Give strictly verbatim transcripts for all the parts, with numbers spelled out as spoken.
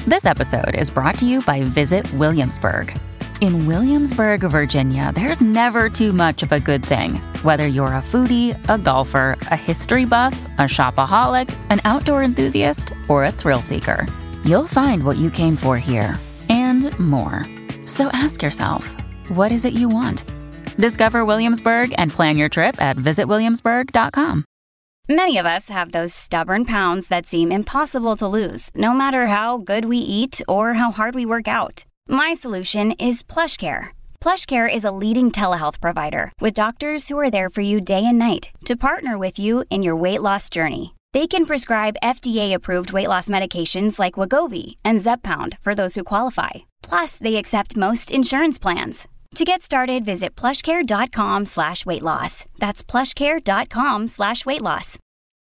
This episode is brought to you by Visit Williamsburg. In Williamsburg, Virginia, there's never too much of a good thing. Whether you're a foodie, a golfer, a history buff, a shopaholic, an outdoor enthusiast, or a thrill seeker, you'll find what you came for here and more. So ask yourself, what is it you want? Discover Williamsburg and plan your trip at visit williamsburg dot com. Many of us have those stubborn pounds that seem impossible to lose, no matter how good we eat or how hard we work out. My solution is PlushCare. PlushCare is a leading telehealth provider with doctors who are there for you day and night to partner with you in your weight loss journey. They can prescribe F D A-approved weight loss medications like Wegovy and Zepbound for those who qualify. Plus, they accept most insurance plans. To get started, visit plushcare.com slash weight loss. That's plushcare.com slash weight loss.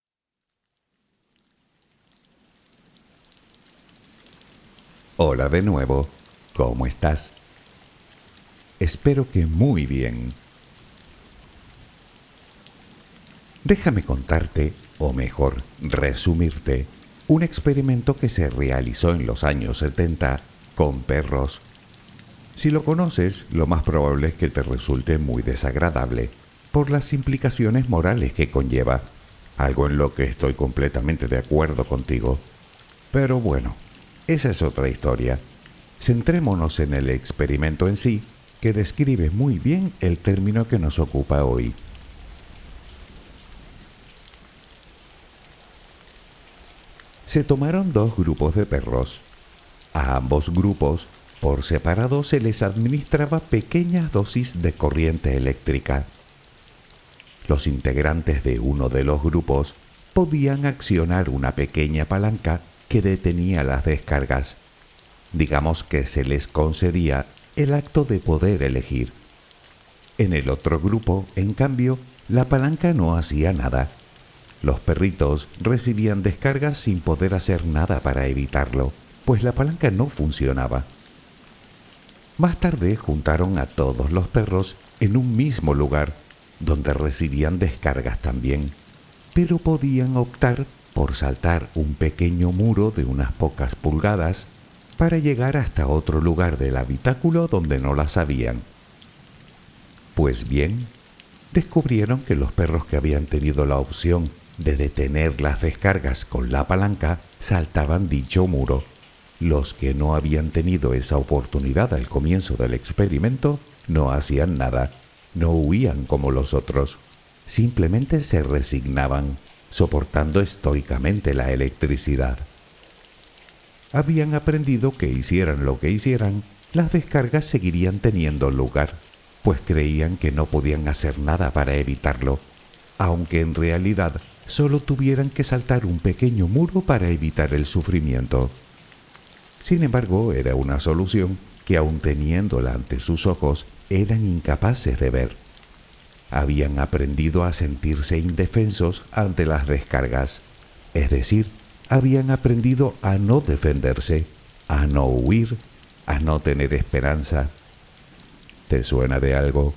Hola de nuevo, ¿cómo estás? Espero que muy bien. Déjame contarte, o mejor, resumirte, un experimento que se realizó en los años setenta con perros. Si lo conoces, lo más probable es que te resulte muy desagradable por las implicaciones morales que conlleva, algo en lo que estoy completamente de acuerdo contigo. Pero bueno, esa es otra historia. Centrémonos en el experimento en sí, que describe muy bien el término que nos ocupa hoy. Se tomaron dos grupos de perros. A ambos grupos, por separado, se les administraba pequeñas dosis de corriente eléctrica. Los integrantes de uno de los grupos podían accionar una pequeña palanca que detenía las descargas. Digamos que se les concedía el acto de poder elegir. En el otro grupo, en cambio, la palanca no hacía nada. Los perritos recibían descargas sin poder hacer nada para evitarlo, pues la palanca no funcionaba. Más tarde juntaron a todos los perros en un mismo lugar, donde recibían descargas también, pero podían optar por saltar un pequeño muro de unas pocas pulgadas para llegar hasta otro lugar del habitáculo donde no las habían. Pues bien, descubrieron que los perros que habían tenido la opción de detener las descargas con la palanca saltaban dicho muro. Los que no habían tenido esa oportunidad al comienzo del experimento no hacían nada, no huían como los otros, simplemente se resignaban, soportando estoicamente la electricidad. Habían aprendido que hicieran lo que hicieran, las descargas seguirían teniendo lugar, pues creían que no podían hacer nada para evitarlo, aunque en realidad solo tuvieran que saltar un pequeño muro para evitar el sufrimiento. Sin embargo, era una solución que, aun teniéndola ante sus ojos, eran incapaces de ver. Habían aprendido a sentirse indefensos ante las descargas, es decir, habían aprendido a no defenderse, a no huir, a no tener esperanza. ¿Te suena de algo?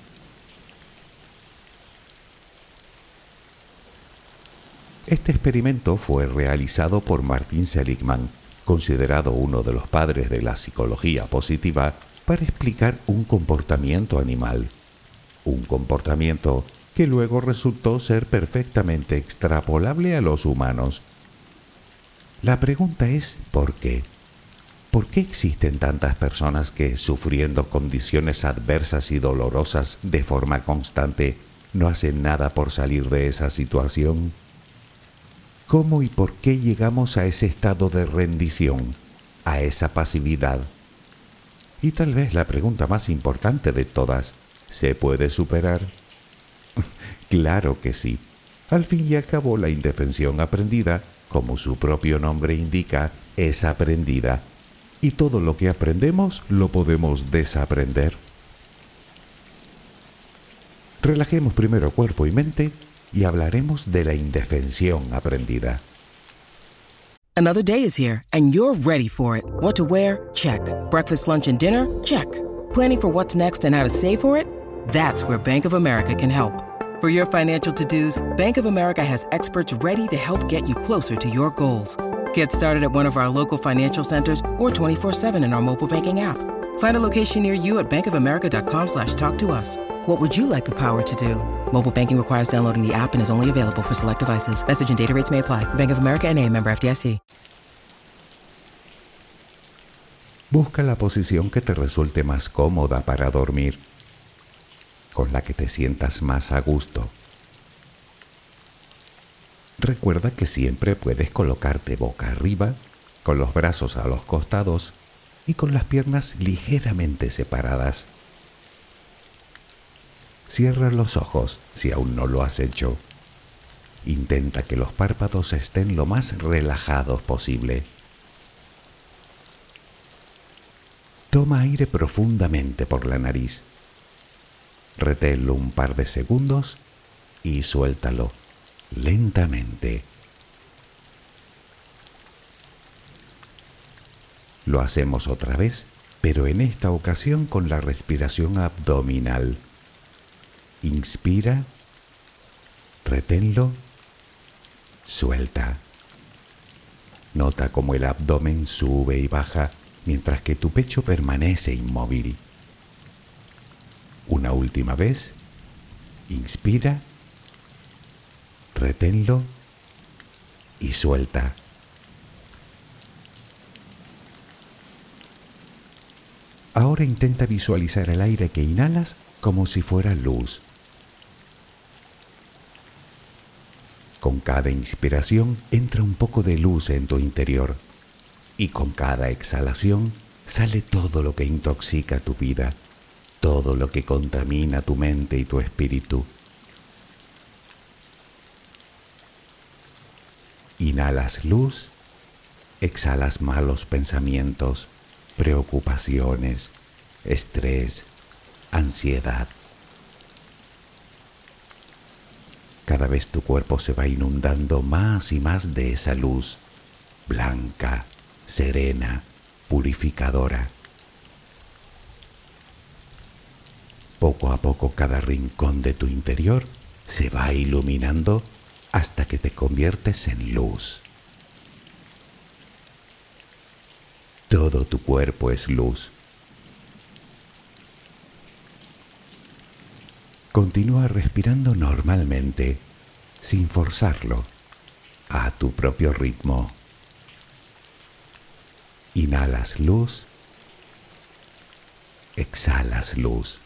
Este experimento fue realizado por Martin Seligman, considerado uno de los padres de la psicología positiva, para explicar un comportamiento animal. Un comportamiento que luego resultó ser perfectamente extrapolable a los humanos. La pregunta es ¿por qué? ¿Por qué existen tantas personas que, sufriendo condiciones adversas y dolorosas de forma constante, no hacen nada por salir de esa situación? ¿Cómo y por qué llegamos a ese estado de rendición, a esa pasividad? Y tal vez la pregunta más importante de todas, ¿se puede superar? Claro que sí. Al fin y al cabo, la indefensión aprendida, como su propio nombre indica, es aprendida. Y todo lo que aprendemos lo podemos desaprender. Relajemos primero cuerpo y mente y hablaremos de la indefensión aprendida. Another day is here, and you're ready for it. What to wear? Check. Breakfast, lunch, and dinner? Check. Planning for what's next and how to save for it? That's where Bank of America can help. For your financial to-dos, Bank of America has experts ready to help get you closer to your goals. Get started at one of our local financial centers or twenty-four seven in our mobile banking app. Find a location near you at bankofamerica.com slash talk to us. What would you like the power to do? Mobile banking requires downloading the app and is only available for select devices. Message and data rates may apply. Bank of America N A, member F D I C. Busca la posición que te resulte más cómoda para dormir, con la que te sientas más a gusto. Recuerda que siempre puedes colocarte boca arriba, con los brazos a los costados y con las piernas ligeramente separadas. Cierra los ojos si aún no lo has hecho. Intenta que los párpados estén lo más relajados posible. Toma aire profundamente por la nariz. Reténlo un par de segundos y suéltalo lentamente. Lo hacemos otra vez, pero en esta ocasión con la respiración abdominal. Inspira, reténlo, suelta. Nota cómo el abdomen sube y baja mientras que tu pecho permanece inmóvil. Una última vez, inspira, reténlo y suelta. Ahora intenta visualizar el aire que inhalas como si fuera luz. Con cada inspiración entra un poco de luz en tu interior y con cada exhalación sale todo lo que intoxica tu vida, todo lo que contamina tu mente y tu espíritu. Inhalas luz, exhalas malos pensamientos, preocupaciones, estrés, ansiedad. Cada vez tu cuerpo se va inundando más y más de esa luz, blanca, serena, purificadora. Poco a poco cada rincón de tu interior se va iluminando hasta que te conviertes en luz. Todo tu cuerpo es luz. Continúa respirando normalmente, sin forzarlo, a tu propio ritmo. Inhalas luz, exhalas luz.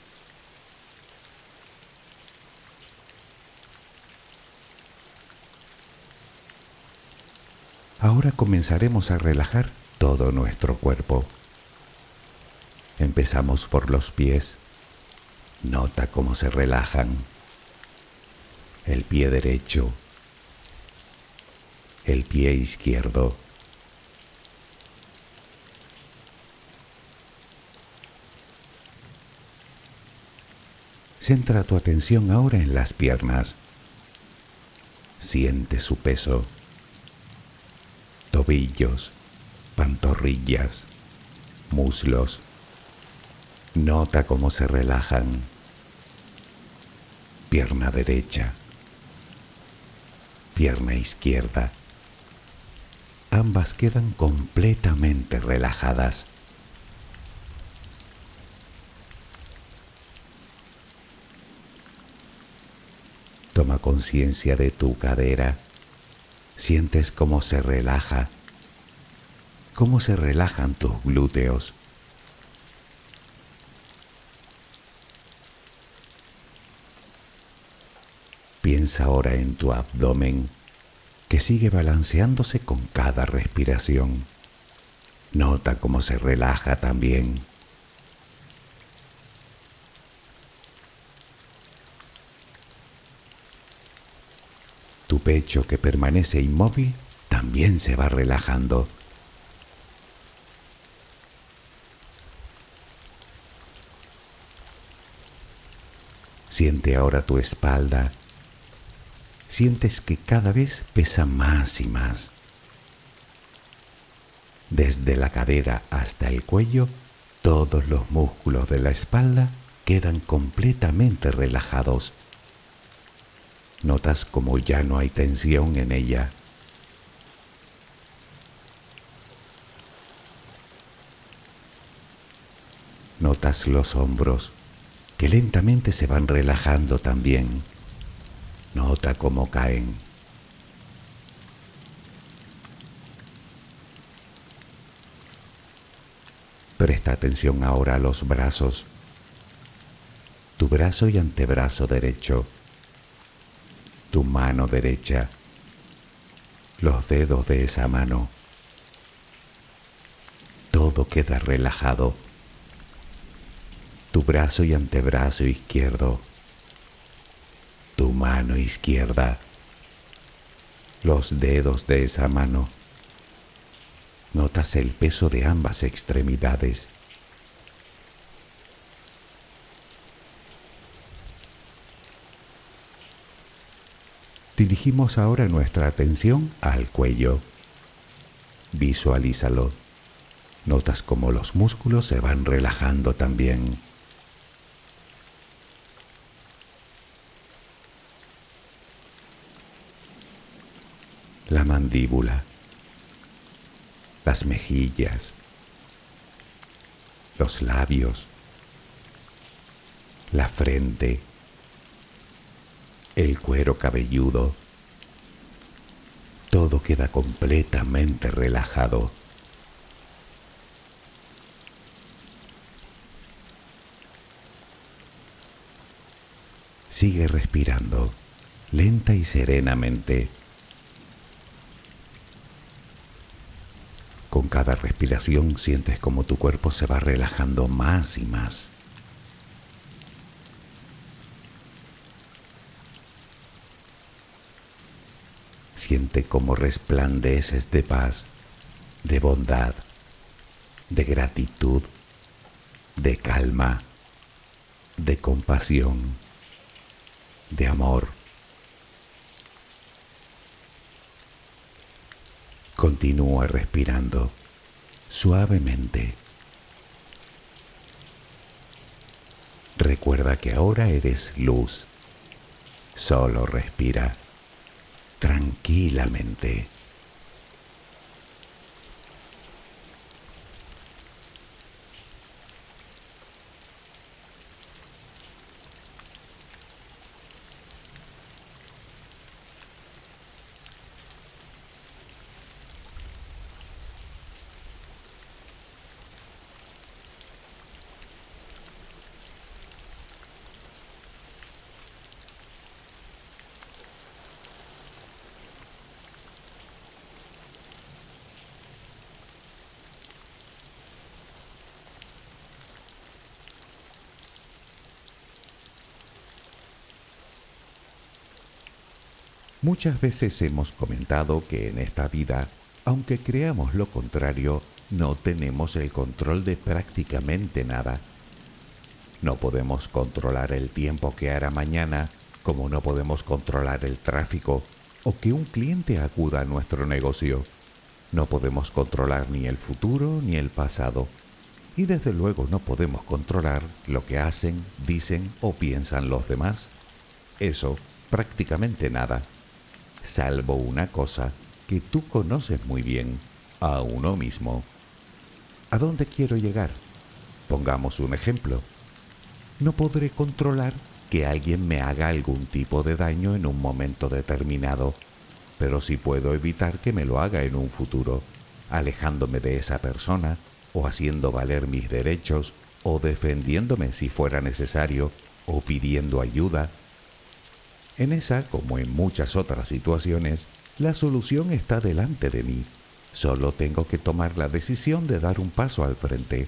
Ahora comenzaremos a relajar todo nuestro cuerpo. Empezamos por los pies. Nota cómo se relajan. El pie derecho, el pie izquierdo. Centra tu atención ahora en las piernas. Siente su peso. Tobillos, pantorrillas, muslos. Nota cómo se relajan. Pierna derecha, pierna izquierda. Ambas quedan completamente relajadas. Toma conciencia de tu cadera. Sientes cómo se relaja, cómo se relajan tus glúteos. Piensa ahora en tu abdomen, que sigue balanceándose con cada respiración. Nota cómo se relaja también. Tu pecho, que permanece inmóvil, también se va relajando. Siente ahora tu espalda. Sientes que cada vez pesa más y más. Desde la cadera hasta el cuello, todos los músculos de la espalda quedan completamente relajados. Notas como ya no hay tensión en ella. Notas los hombros que lentamente se van relajando también. Nota cómo caen. Presta atención ahora a los brazos. Tu brazo y antebrazo derecho. Tu mano derecha. Los dedos de esa mano. Todo queda relajado. Tu brazo y antebrazo izquierdo. Tu mano izquierda. Los dedos de esa mano. Notas el peso de ambas extremidades. Dirigimos ahora nuestra atención al cuello. Visualízalo. Notas cómo los músculos se van relajando también. La mandíbula, las mejillas, los labios, la frente, el cuero cabelludo. Todo queda completamente relajado. Sigue respirando, lenta y serenamente. Con cada respiración sientes como tu cuerpo se va relajando más y más. Siente cómo resplandeces de paz, de bondad, de gratitud, de calma, de compasión, de amor. Continúa respirando suavemente. Recuerda que ahora eres luz. Solo respira tranquilamente. Muchas veces hemos comentado que en esta vida, aunque creamos lo contrario, no tenemos el control de prácticamente nada. No podemos controlar el tiempo que hará mañana, como no podemos controlar el tráfico o que un cliente acuda a nuestro negocio. No podemos controlar ni el futuro ni el pasado. Y desde luego no podemos controlar lo que hacen, dicen o piensan los demás. Eso, prácticamente nada. Salvo una cosa que tú conoces muy bien, a uno mismo. ¿A dónde quiero llegar? Pongamos un ejemplo. No podré controlar que alguien me haga algún tipo de daño en un momento determinado, pero sí puedo evitar que me lo haga en un futuro, alejándome de esa persona o haciendo valer mis derechos o defendiéndome si fuera necesario o pidiendo ayuda. En esa, como en muchas otras situaciones, la solución está delante de mí. Solo tengo que tomar la decisión de dar un paso al frente.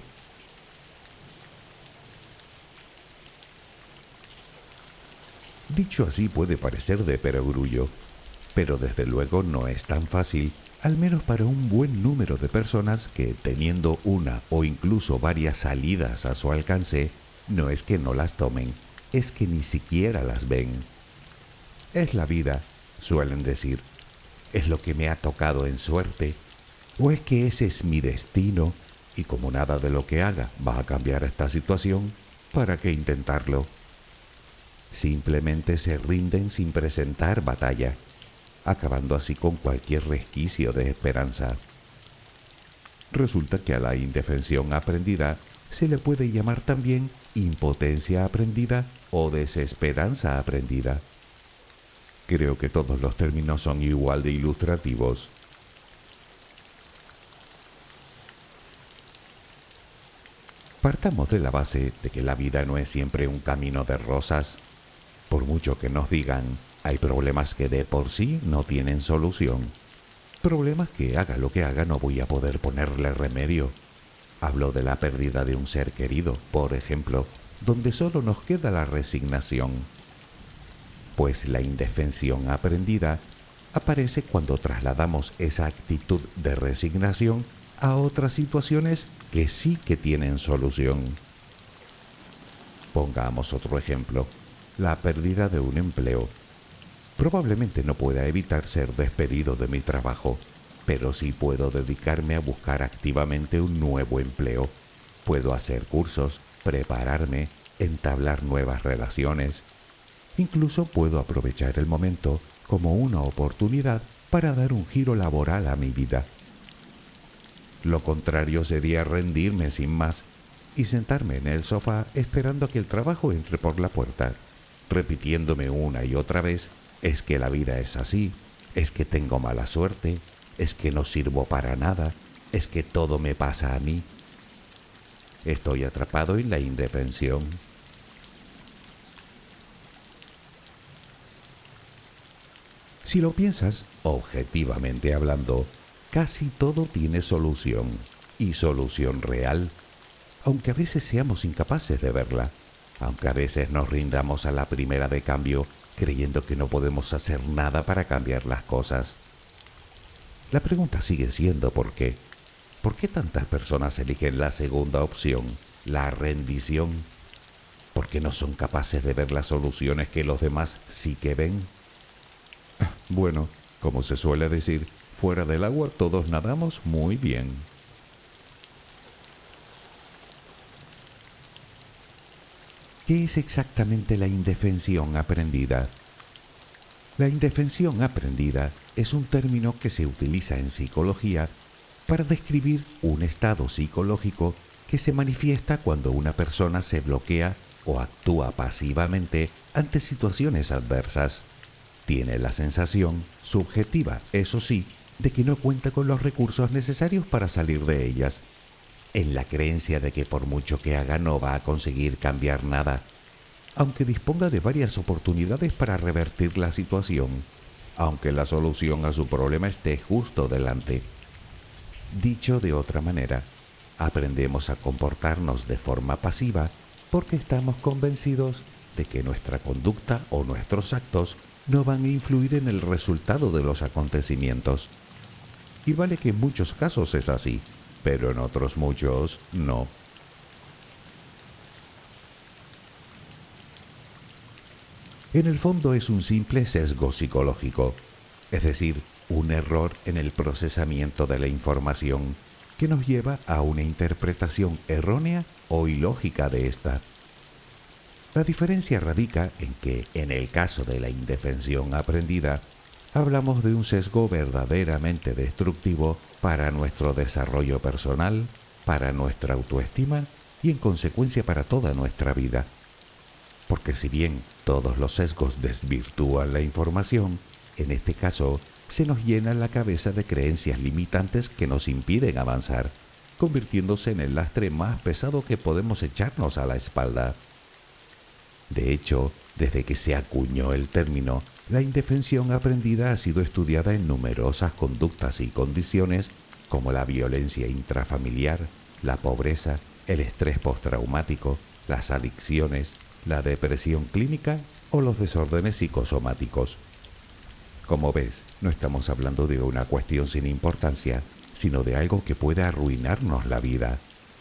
Dicho así puede parecer de perogrullo, pero desde luego no es tan fácil, al menos para un buen número de personas que, teniendo una o incluso varias salidas a su alcance, no es que no las tomen, es que ni siquiera las ven. Es la vida, suelen decir. Es lo que me ha tocado en suerte. O es que ese es mi destino y como nada de lo que haga va a cambiar esta situación, ¿para qué intentarlo? Simplemente se rinden sin presentar batalla, acabando así con cualquier resquicio de esperanza. Resulta que a la indefensión aprendida se le puede llamar también impotencia aprendida o desesperanza aprendida. Creo que todos los términos son igual de ilustrativos. Partamos de la base de que la vida no es siempre un camino de rosas. Por mucho que nos digan, hay problemas que de por sí no tienen solución. Problemas que haga lo que haga no voy a poder ponerle remedio. Hablo de la pérdida de un ser querido, por ejemplo, donde solo nos queda la resignación. Pues la indefensión aprendida aparece cuando trasladamos esa actitud de resignación a otras situaciones que sí que tienen solución. Pongamos otro ejemplo, la pérdida de un empleo. Probablemente no pueda evitar ser despedido de mi trabajo, pero sí puedo dedicarme a buscar activamente un nuevo empleo. Puedo hacer cursos, prepararme, entablar nuevas relaciones. Incluso puedo aprovechar el momento como una oportunidad para dar un giro laboral a mi vida. Lo contrario sería rendirme sin más y sentarme en el sofá esperando a que el trabajo entre por la puerta, repitiéndome una y otra vez, es que la vida es así, es que tengo mala suerte, es que no sirvo para nada, es que todo me pasa a mí. Estoy atrapado en la indefensión. Si lo piensas, objetivamente hablando, casi todo tiene solución, y solución real, aunque a veces seamos incapaces de verla, aunque a veces nos rindamos a la primera de cambio, creyendo que no podemos hacer nada para cambiar las cosas. La pregunta sigue siendo ¿por qué? ¿Por qué tantas personas eligen la segunda opción, la rendición? ¿Por qué no son capaces de ver las soluciones que los demás sí que ven? Bueno, como se suele decir, fuera del agua todos nadamos muy bien. ¿Qué es exactamente la indefensión aprendida? La indefensión aprendida es un término que se utiliza en psicología para describir un estado psicológico que se manifiesta cuando una persona se bloquea o actúa pasivamente ante situaciones adversas. Tiene la sensación, subjetiva, eso sí, de que no cuenta con los recursos necesarios para salir de ellas, en la creencia de que por mucho que haga no va a conseguir cambiar nada, aunque disponga de varias oportunidades para revertir la situación, aunque la solución a su problema esté justo delante. Dicho de otra manera, aprendemos a comportarnos de forma pasiva porque estamos convencidos de que nuestra conducta o nuestros actos no van a influir en el resultado de los acontecimientos. Y vale que en muchos casos es así, pero en otros muchos no. En el fondo es un simple sesgo psicológico, es decir, un error en el procesamiento de la información que nos lleva a una interpretación errónea o ilógica de esta. La diferencia radica en que, en el caso de la indefensión aprendida, hablamos de un sesgo verdaderamente destructivo para nuestro desarrollo personal, para nuestra autoestima y en consecuencia para toda nuestra vida. Porque si bien todos los sesgos desvirtúan la información, en este caso se nos llena la cabeza de creencias limitantes que nos impiden avanzar, convirtiéndose en el lastre más pesado que podemos echarnos a la espalda. De hecho, desde que se acuñó el término, la indefensión aprendida ha sido estudiada en numerosas conductas y condiciones como la violencia intrafamiliar, la pobreza, el estrés postraumático, las adicciones, la depresión clínica o los desórdenes psicosomáticos. Como ves, no estamos hablando de una cuestión sin importancia, sino de algo que puede arruinarnos la vida.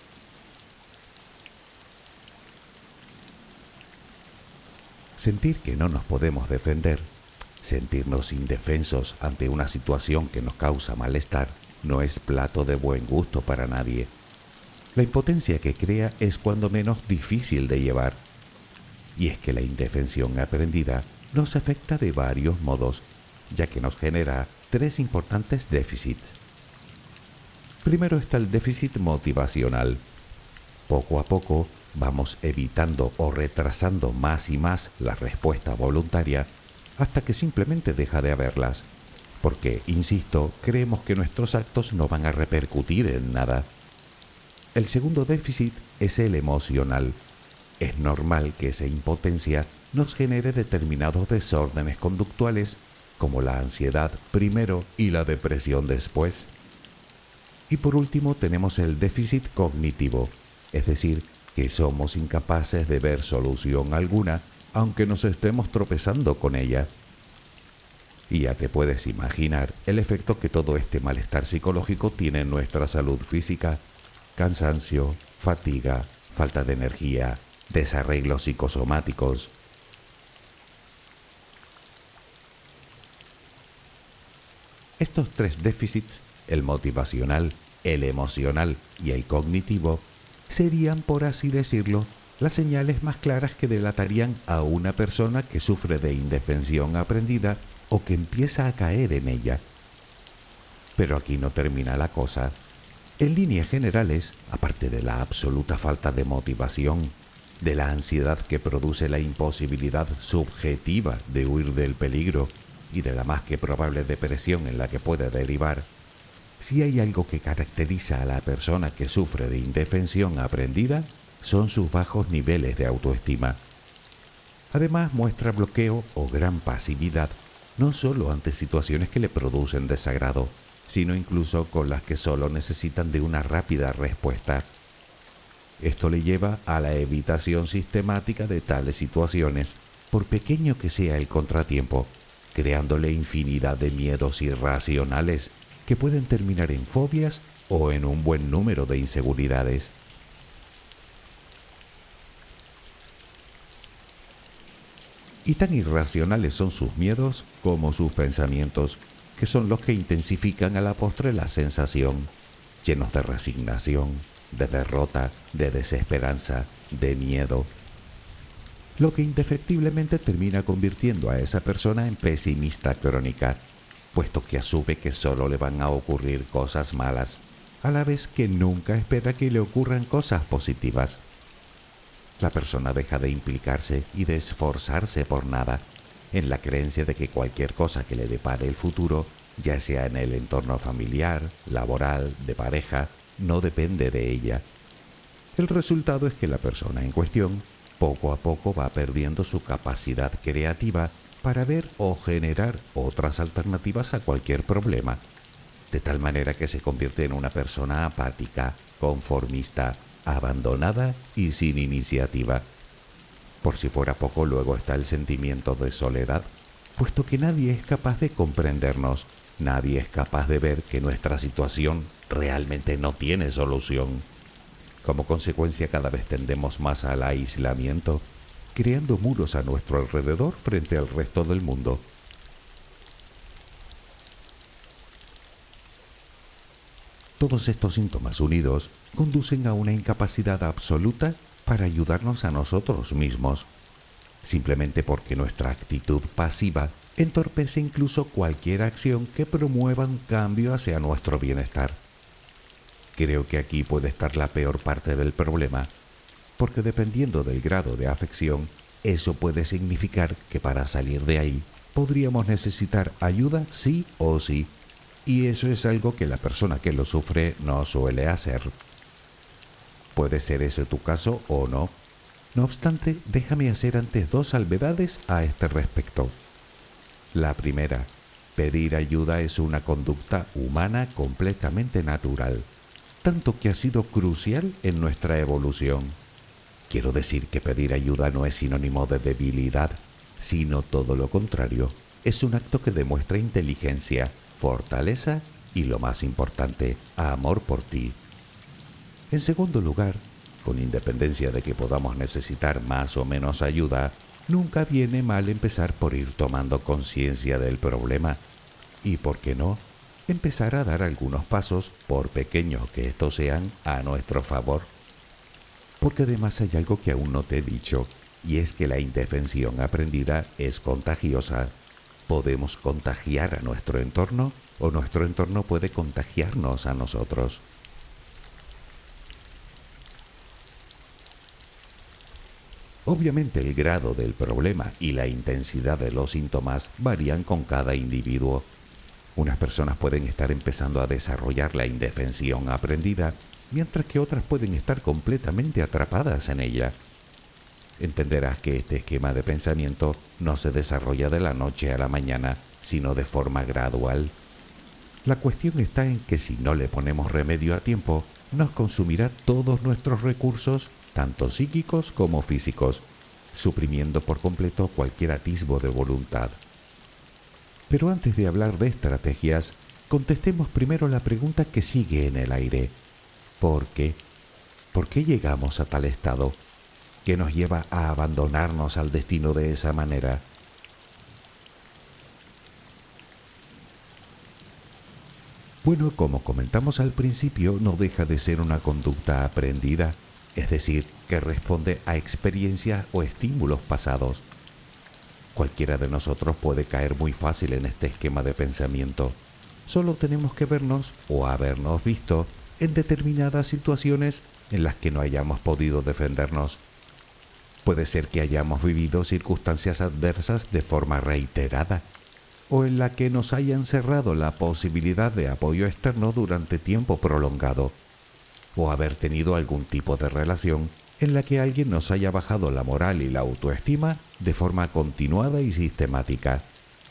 Sentir que no nos podemos defender, sentirnos indefensos ante una situación que nos causa malestar, no es plato de buen gusto para nadie. La impotencia que crea es cuando menos difícil de llevar. Y es que la indefensión aprendida nos afecta de varios modos, ya que nos genera tres importantes déficits. Primero está el déficit motivacional. Poco a poco vamos evitando o retrasando más y más la respuesta voluntaria hasta que simplemente deja de haberlas, porque, insisto, creemos que nuestros actos no van a repercutir en nada. El segundo déficit es el emocional. Es normal que esa impotencia nos genere determinados desórdenes conductuales, como la ansiedad primero y la depresión después. Y por último tenemos el déficit cognitivo, es decir, que somos incapaces de ver solución alguna, aunque nos estemos tropezando con ella. Y ya te puedes imaginar el efecto que todo este malestar psicológico tiene en nuestra salud física: cansancio, fatiga, falta de energía, desarreglos psicosomáticos. Estos tres déficits, el motivacional, el emocional y el cognitivo, serían, por así decirlo, las señales más claras que delatarían a una persona que sufre de indefensión aprendida o que empieza a caer en ella. Pero aquí no termina la cosa. En líneas generales, aparte de la absoluta falta de motivación, de la ansiedad que produce la imposibilidad subjetiva de huir del peligro y de la más que probable depresión en la que puede derivar, si hay algo que caracteriza a la persona que sufre de indefensión aprendida, son sus bajos niveles de autoestima. Además, muestra bloqueo o gran pasividad, no solo ante situaciones que le producen desagrado, sino incluso con las que solo necesitan de una rápida respuesta. Esto le lleva a la evitación sistemática de tales situaciones, por pequeño que sea el contratiempo, creándole infinidad de miedos irracionales que pueden terminar en fobias o en un buen número de inseguridades. Y tan irracionales son sus miedos como sus pensamientos, que son los que intensifican a la postre la sensación, llenos de resignación, de derrota, de desesperanza, de miedo, lo que indefectiblemente termina convirtiendo a esa persona en pesimista crónica, puesto que asume que solo le van a ocurrir cosas malas, a la vez que nunca espera que le ocurran cosas positivas. La persona deja de implicarse y de esforzarse por nada, en la creencia de que cualquier cosa que le depare el futuro, ya sea en el entorno familiar, laboral, de pareja, no depende de ella. El resultado es que la persona en cuestión poco a poco va perdiendo su capacidad creativa para ver o generar otras alternativas a cualquier problema, de tal manera que se convierte en una persona apática, conformista, abandonada y sin iniciativa. Por si fuera poco, luego está el sentimiento de soledad, puesto que nadie es capaz de comprendernos, nadie es capaz de ver que nuestra situación realmente no tiene solución. Como consecuencia, cada vez tendemos más al aislamiento, creando muros a nuestro alrededor frente al resto del mundo. Todos estos síntomas unidos conducen a una incapacidad absoluta para ayudarnos a nosotros mismos, simplemente porque nuestra actitud pasiva entorpece incluso cualquier acción que promueva un cambio hacia nuestro bienestar. Creo que aquí puede estar la peor parte del problema, porque dependiendo del grado de afección, eso puede significar que para salir de ahí podríamos necesitar ayuda sí o sí, y eso es algo que la persona que lo sufre no suele hacer. Puede ser ese tu caso o no. No obstante, déjame hacer antes dos salvedades a este respecto. La primera, pedir ayuda es una conducta humana completamente natural, tanto que ha sido crucial en nuestra evolución. Quiero decir que pedir ayuda no es sinónimo de debilidad, sino todo lo contrario. Es un acto que demuestra inteligencia, fortaleza y, lo más importante, amor por ti. En segundo lugar, con independencia de que podamos necesitar más o menos ayuda, nunca viene mal empezar por ir tomando conciencia del problema y, ¿por qué no?, empezar a dar algunos pasos, por pequeños que estos sean, a nuestro favor. Porque además hay algo que aún no te he dicho, y es que la indefensión aprendida es contagiosa. Podemos contagiar a nuestro entorno o nuestro entorno puede contagiarnos a nosotros. Obviamente el grado del problema y la intensidad de los síntomas varían con cada individuo. Unas personas pueden estar empezando a desarrollar la indefensión aprendida, mientras que otras pueden estar completamente atrapadas en ella. Entenderás que este esquema de pensamiento no se desarrolla de la noche a la mañana, sino de forma gradual. La cuestión está en que si no le ponemos remedio a tiempo, nos consumirá todos nuestros recursos, tanto psíquicos como físicos, suprimiendo por completo cualquier atisbo de voluntad. Pero antes de hablar de estrategias, contestemos primero la pregunta que sigue en el aire. ¿Por qué? ¿Por qué llegamos a tal estado? ¿Qué nos lleva a abandonarnos al destino de esa manera? Bueno, como comentamos al principio, no deja de ser una conducta aprendida, es decir, que responde a experiencias o estímulos pasados. Cualquiera de nosotros puede caer muy fácil en este esquema de pensamiento. Solo tenemos que vernos o habernos visto en determinadas situaciones en las que no hayamos podido defendernos. Puede ser que hayamos vivido circunstancias adversas de forma reiterada, o en la que nos hayan cerrado la posibilidad de apoyo externo durante tiempo prolongado, o haber tenido algún tipo de relación en la que alguien nos haya bajado la moral y la autoestima de forma continuada y sistemática.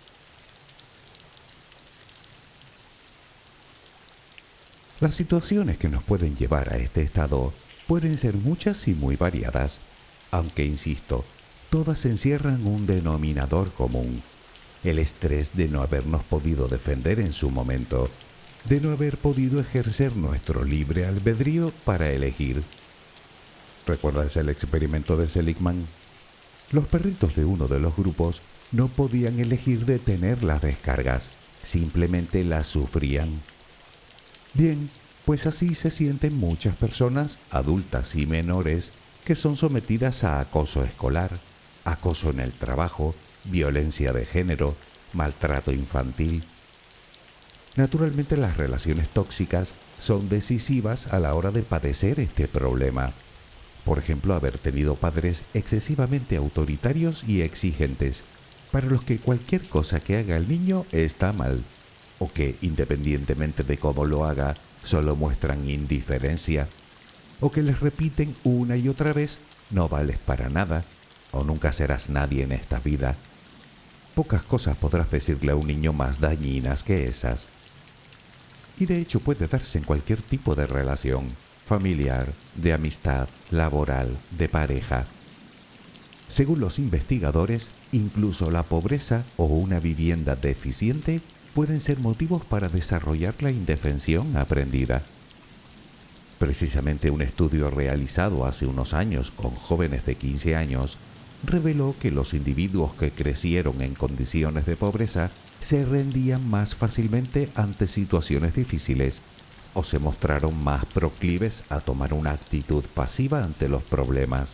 Las situaciones que nos pueden llevar a este estado pueden ser muchas y muy variadas, aunque, insisto, todas encierran un denominador común: el estrés de no habernos podido defender en su momento, de no haber podido ejercer nuestro libre albedrío para elegir. ¿Recuerdas el experimento de Seligman? Los perritos de uno de los grupos no podían elegir detener las descargas, simplemente las sufrían. Bien, pues así se sienten muchas personas, adultas y menores, que son sometidas a acoso escolar, acoso en el trabajo, violencia de género, maltrato infantil. Naturalmente, las relaciones tóxicas son decisivas a la hora de padecer este problema. Por ejemplo, haber tenido padres excesivamente autoritarios y exigentes, para los que cualquier cosa que haga el niño está mal, o que, independientemente de cómo lo haga, solo muestran indiferencia, o que les repiten una y otra vez: no vales para nada, o nunca serás nadie en esta vida. Pocas cosas podrás decirle a un niño más dañinas que esas. Y de hecho puede darse en cualquier tipo de relación, familiar, de amistad, laboral, de pareja. Según los investigadores, incluso la pobreza o una vivienda deficiente pueden ser motivos para desarrollar la indefensión aprendida. Precisamente un estudio realizado hace unos años con jóvenes de quince años reveló que los individuos que crecieron en condiciones de pobreza se rendían más fácilmente ante situaciones difíciles o se mostraron más proclives a tomar una actitud pasiva ante los problemas.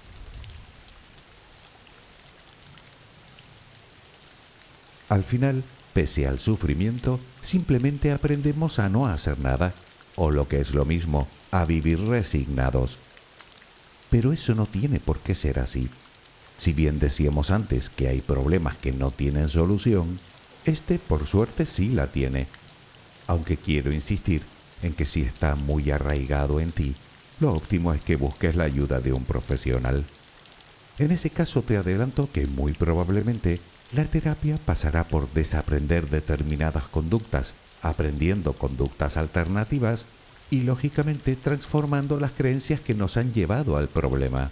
Al final, pese al sufrimiento, simplemente aprendemos a no hacer nada, o lo que es lo mismo, a vivir resignados. Pero eso no tiene por qué ser así. Si bien decíamos antes que hay problemas que no tienen solución, este por suerte sí la tiene. Aunque quiero insistir en que si está muy arraigado en ti, lo óptimo es que busques la ayuda de un profesional. En ese caso te adelanto que muy probablemente la terapia pasará por desaprender determinadas conductas, aprendiendo conductas alternativas y, lógicamente, transformando las creencias que nos han llevado al problema.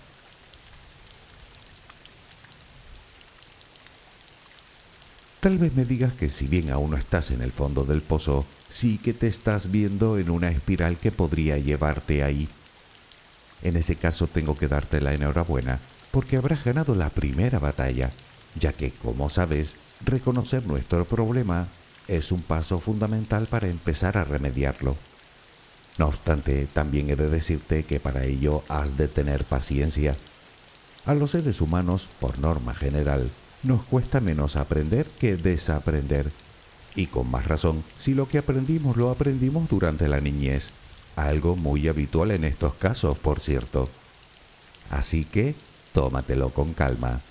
Tal vez me digas que si bien aún no estás en el fondo del pozo, sí que te estás viendo en una espiral que podría llevarte ahí. En ese caso tengo que darte la enhorabuena, porque habrás ganado la primera batalla, ya que, como sabes, reconocer nuestro problema es un paso fundamental para empezar a remediarlo. No obstante, también he de decirte que para ello has de tener paciencia. A los seres humanos, por norma general, nos cuesta menos aprender que desaprender, y con más razón si lo que aprendimos lo aprendimos durante la niñez, algo muy habitual en estos casos, por cierto. Así que tómatelo con calma.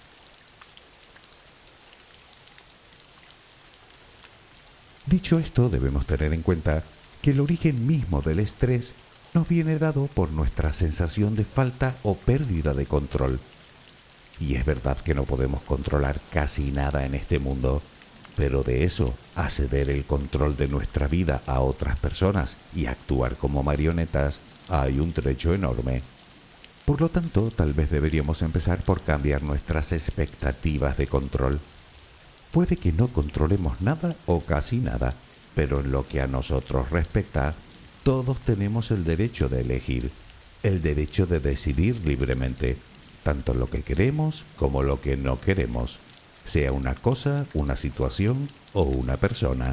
Dicho esto, debemos tener en cuenta que el origen mismo del estrés nos viene dado por nuestra sensación de falta o pérdida de control. Y es verdad que no podemos controlar casi nada en este mundo, pero de eso a ceder el control de nuestra vida a otras personas y actuar como marionetas hay un trecho enorme. Por lo tanto, tal vez deberíamos empezar por cambiar nuestras expectativas de control. Puede que no controlemos nada o casi nada, pero en lo que a nosotros respecta, todos tenemos el derecho de elegir, el derecho de decidir libremente, tanto lo que queremos como lo que no queremos, sea una cosa, una situación o una persona.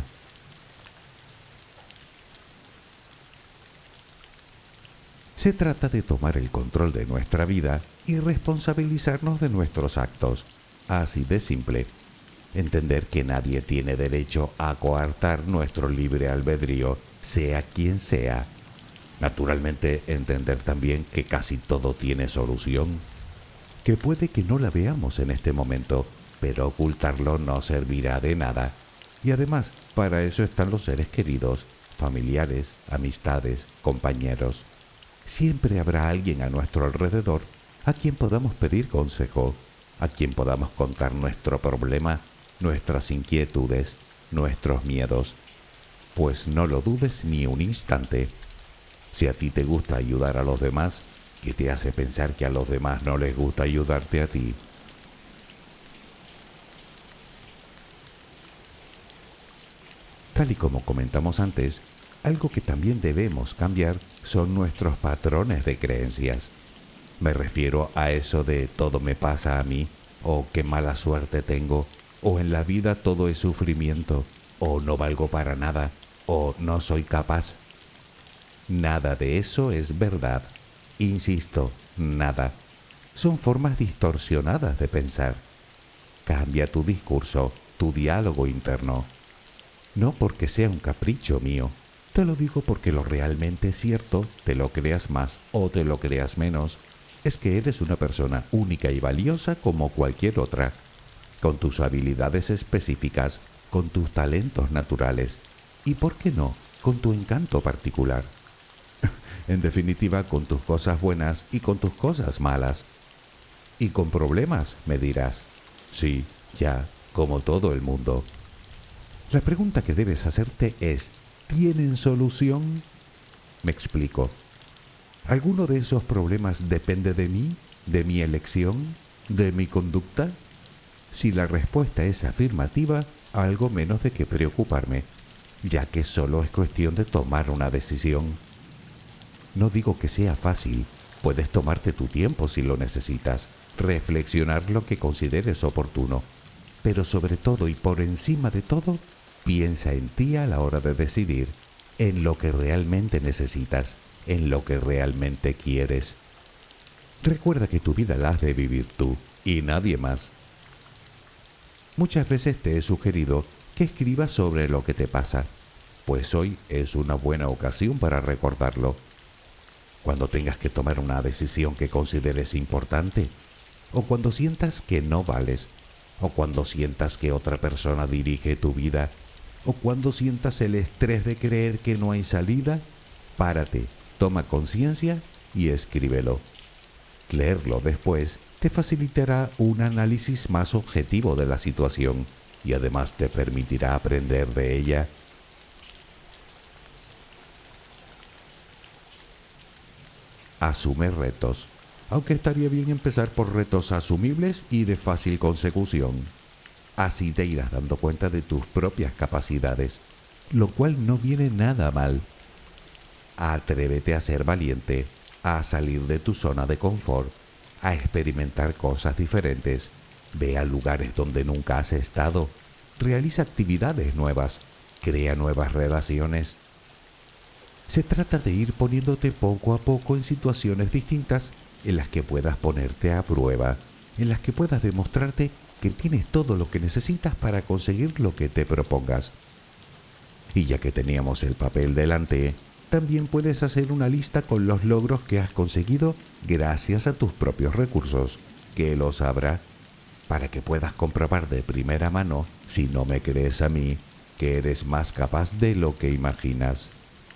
Se trata de tomar el control de nuestra vida y responsabilizarnos de nuestros actos, así de simple. Entender que nadie tiene derecho a coartar nuestro libre albedrío, sea quien sea. Naturalmente, entender también que casi todo tiene solución, que puede que no la veamos en este momento, pero ocultarlo no servirá de nada. Y además, para eso están los seres queridos, familiares, amistades, compañeros. Siempre habrá alguien a nuestro alrededor a quien podamos pedir consejo, a quien podamos contar nuestro problema, nuestras inquietudes, nuestros miedos. Pues no lo dudes ni un instante. Si a ti te gusta ayudar a los demás, ¿qué te hace pensar que a los demás no les gusta ayudarte a ti? Tal y como comentamos antes, algo que también debemos cambiar son nuestros patrones de creencias. Me refiero a eso de todo me pasa a mí, o qué mala suerte tengo, o en la vida todo es sufrimiento, o no valgo para nada, o no soy capaz. Nada de eso es verdad. Insisto, nada. Son formas distorsionadas de pensar. Cambia tu discurso, tu diálogo interno. No porque sea un capricho mío, te lo digo porque lo realmente cierto, te lo creas más o te lo creas menos, es que eres una persona única y valiosa como cualquier otra, con tus habilidades específicas, con tus talentos naturales y, ¿por qué no?, con tu encanto particular. En definitiva, con tus cosas buenas y con tus cosas malas. Y con problemas, me dirás. Sí, ya, como todo el mundo. La pregunta que debes hacerte es, ¿tienen solución? Me explico. ¿Alguno de esos problemas depende de mí, de mi elección, de mi conducta? Si la respuesta es afirmativa, algo menos de qué preocuparme, ya que solo es cuestión de tomar una decisión. No digo que sea fácil, puedes tomarte tu tiempo si lo necesitas, reflexionar lo que consideres oportuno, pero sobre todo y por encima de todo, piensa en ti a la hora de decidir, en lo que realmente necesitas, en lo que realmente quieres. Recuerda que tu vida la has de vivir tú y nadie más. Muchas veces te he sugerido que escribas sobre lo que te pasa, pues hoy es una buena ocasión para recordarlo. Cuando tengas que tomar una decisión que consideres importante, o cuando sientas que no vales, o cuando sientas que otra persona dirige tu vida, o cuando sientas el estrés de creer que no hay salida, párate, toma conciencia y escríbelo. Leerlo después te facilitará un análisis más objetivo de la situación y además te permitirá aprender de ella. Asume retos, aunque estaría bien empezar por retos asumibles y de fácil consecución. Así te irás dando cuenta de tus propias capacidades, lo cual no viene nada mal. Atrévete a ser valiente, a salir de tu zona de confort, a experimentar cosas diferentes, ve a lugares donde nunca has estado, realiza actividades nuevas, crea nuevas relaciones. Se trata de ir poniéndote poco a poco en situaciones distintas en las que puedas ponerte a prueba, en las que puedas demostrarte que tienes todo lo que necesitas para conseguir lo que te propongas. Y ya que teníamos el papel delante, también puedes hacer una lista con los logros que has conseguido gracias a tus propios recursos, que lo sabrá, para que puedas comprobar de primera mano, si no me crees a mí, que eres más capaz de lo que imaginas.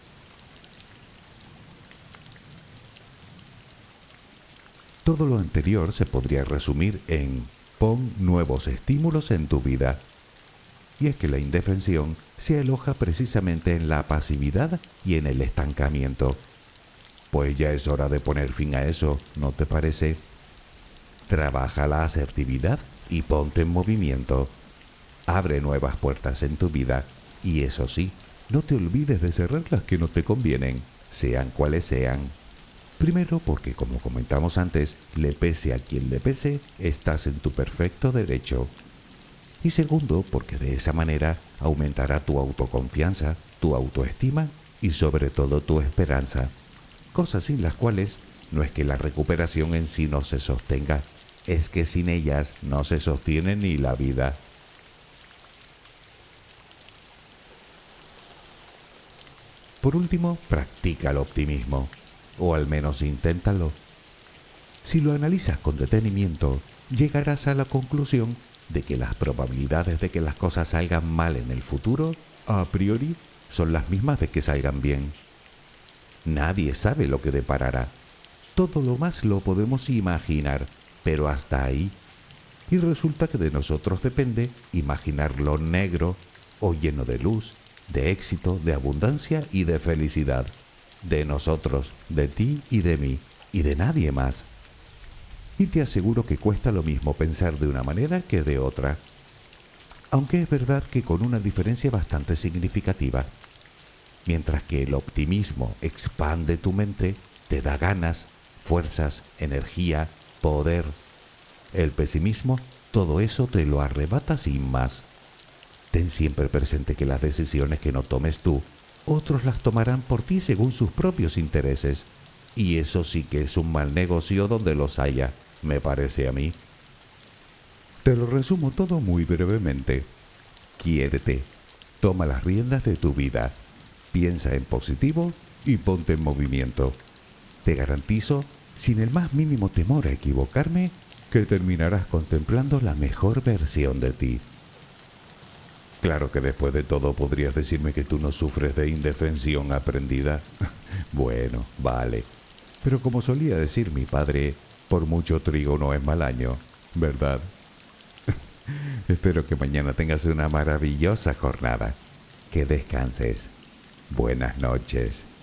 Todo lo anterior se podría resumir en pon nuevos estímulos en tu vida. Y es que la indefensión se aloja precisamente en la pasividad y en el estancamiento. Pues ya es hora de poner fin a eso, ¿no te parece? Trabaja la asertividad y ponte en movimiento. Abre nuevas puertas en tu vida y eso sí, no te olvides de cerrar las que no te convienen, sean cuales sean. Primero porque, como comentamos antes, le pese a quien le pese, estás en tu perfecto derecho. Y segundo, porque de esa manera aumentará tu autoconfianza, tu autoestima y sobre todo tu esperanza. Cosas sin las cuales no es que la recuperación en sí no se sostenga, es que sin ellas no se sostiene ni la vida. Por último, practica el optimismo, o al menos inténtalo. Si lo analizas con detenimiento, llegarás a la conclusión de que las probabilidades de que las cosas salgan mal en el futuro, a priori, son las mismas de que salgan bien. Nadie sabe lo que deparará. Todo lo más lo podemos imaginar, pero hasta ahí. Y resulta que de nosotros depende imaginarlo negro o lleno de luz, de éxito, de abundancia y de felicidad. De nosotros, de ti y de mí, y de nadie más. Y te aseguro que cuesta lo mismo pensar de una manera que de otra. Aunque es verdad que con una diferencia bastante significativa. Mientras que el optimismo expande tu mente, te da ganas, fuerzas, energía, poder. El pesimismo, todo eso te lo arrebata sin más. Ten siempre presente que las decisiones que no tomes tú, otros las tomarán por ti según sus propios intereses. Y eso sí que es un mal negocio donde los haya, me parece a mí. Te lo resumo todo muy brevemente. Quiérete, toma las riendas de tu vida, piensa en positivo y ponte en movimiento. Te garantizo, sin el más mínimo temor a equivocarme, que terminarás contemplando la mejor versión de ti. Claro que después de todo podrías decirme que tú no sufres de indefensión aprendida. Bueno, vale. Pero como solía decir mi padre, por mucho trigo no es mal año, ¿verdad? Espero que mañana tengas una maravillosa jornada. Que descanses. Buenas noches.